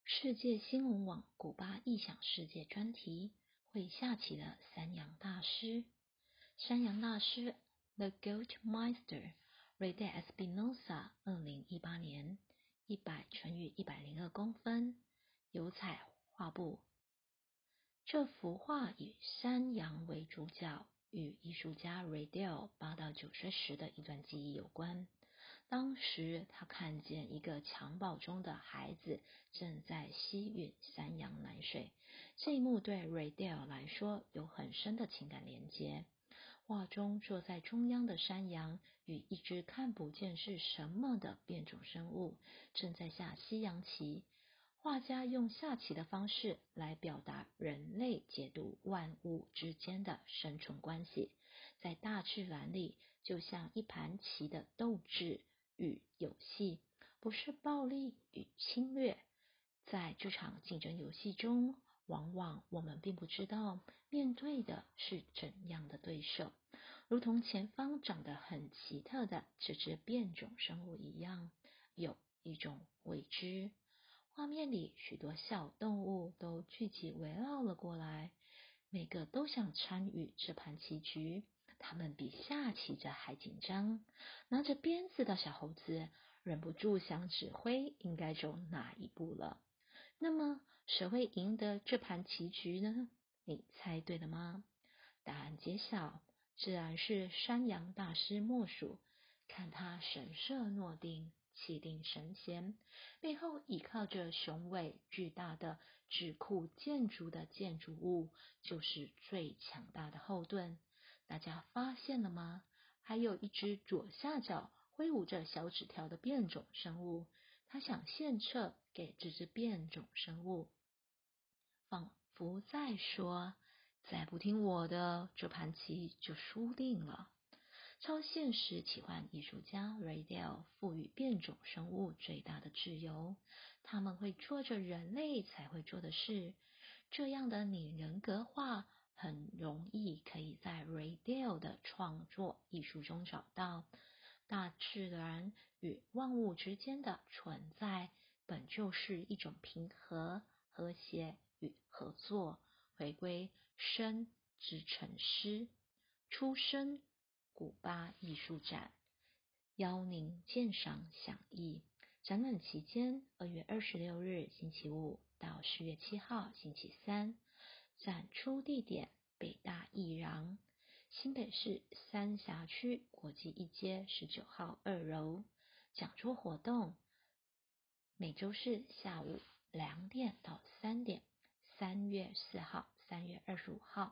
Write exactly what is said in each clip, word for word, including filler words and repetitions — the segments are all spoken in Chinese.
世界新闻网古巴异想世界专题会下棋的山羊大师。山羊大师 The Goat Master Rede Espinosa 二零一八年一百乘以一百零二公分，油彩画布。这幅画以山羊为主角，与艺术家 Rede 八到九岁时的一段记忆有关。当时他看见一个襁褓中的孩子正在吸吮山羊奶水，这一幕对 Rede 来说有很深的情感连结。画中坐在中央的山羊与一只看不见是什么的变种生物正在下西洋棋。画家用下棋的方式来表达人类解读万物之间的生存关系，在大自然里就像一盘棋的斗智与游戏，不是暴力与侵略。在这场竞争游戏中，往往我们并不知道面对的是怎样的对手，如同前方长得很奇特的这只变种生物一样，有一种未知。画面里许多小动物都聚集围绕了过来，每个都想参与这盘棋局，他们比下棋者还紧张。拿着鞭子的小猴子忍不住想指挥应该走哪一步了。那么谁会赢得这盘棋局呢？你猜对了吗？答案揭晓，自然是山羊大师莫属。看他神色诺定，气定神闲，背后倚靠着雄伟巨大的智库建筑的建筑物，就是最强大的后盾。大家发现了吗？还有一只左下角挥舞着小纸条的变种生物，他想献策给这只变种生物，仿佛在说，再不听我的，这盘棋就输定了。超现实奇幻艺术家 Rede 赋予变种生物最大的自由，他们会做着人类才会做的事。这样的拟人格化很容易可以在 Rede 的创作艺术中找到。大自然与万物之间的存在本就是一种平和、和谐与合作。回归生之沉思，出生古巴艺术展，邀您鉴赏详艺。展览期间，二月二十六日星期五到四月七号星期三。展出地点北大艺廊，新北市三峡区国际一街十九号二楼。讲座活动每周四下午两点到三点，三月四号、三月二十五号。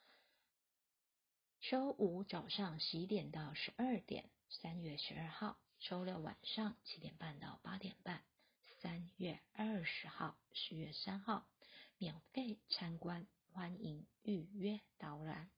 周五早上十一点到十二点，三月十二号；周六晚上七点半到八点半，三月二十号、四月三号，免费参观，欢迎预约导览。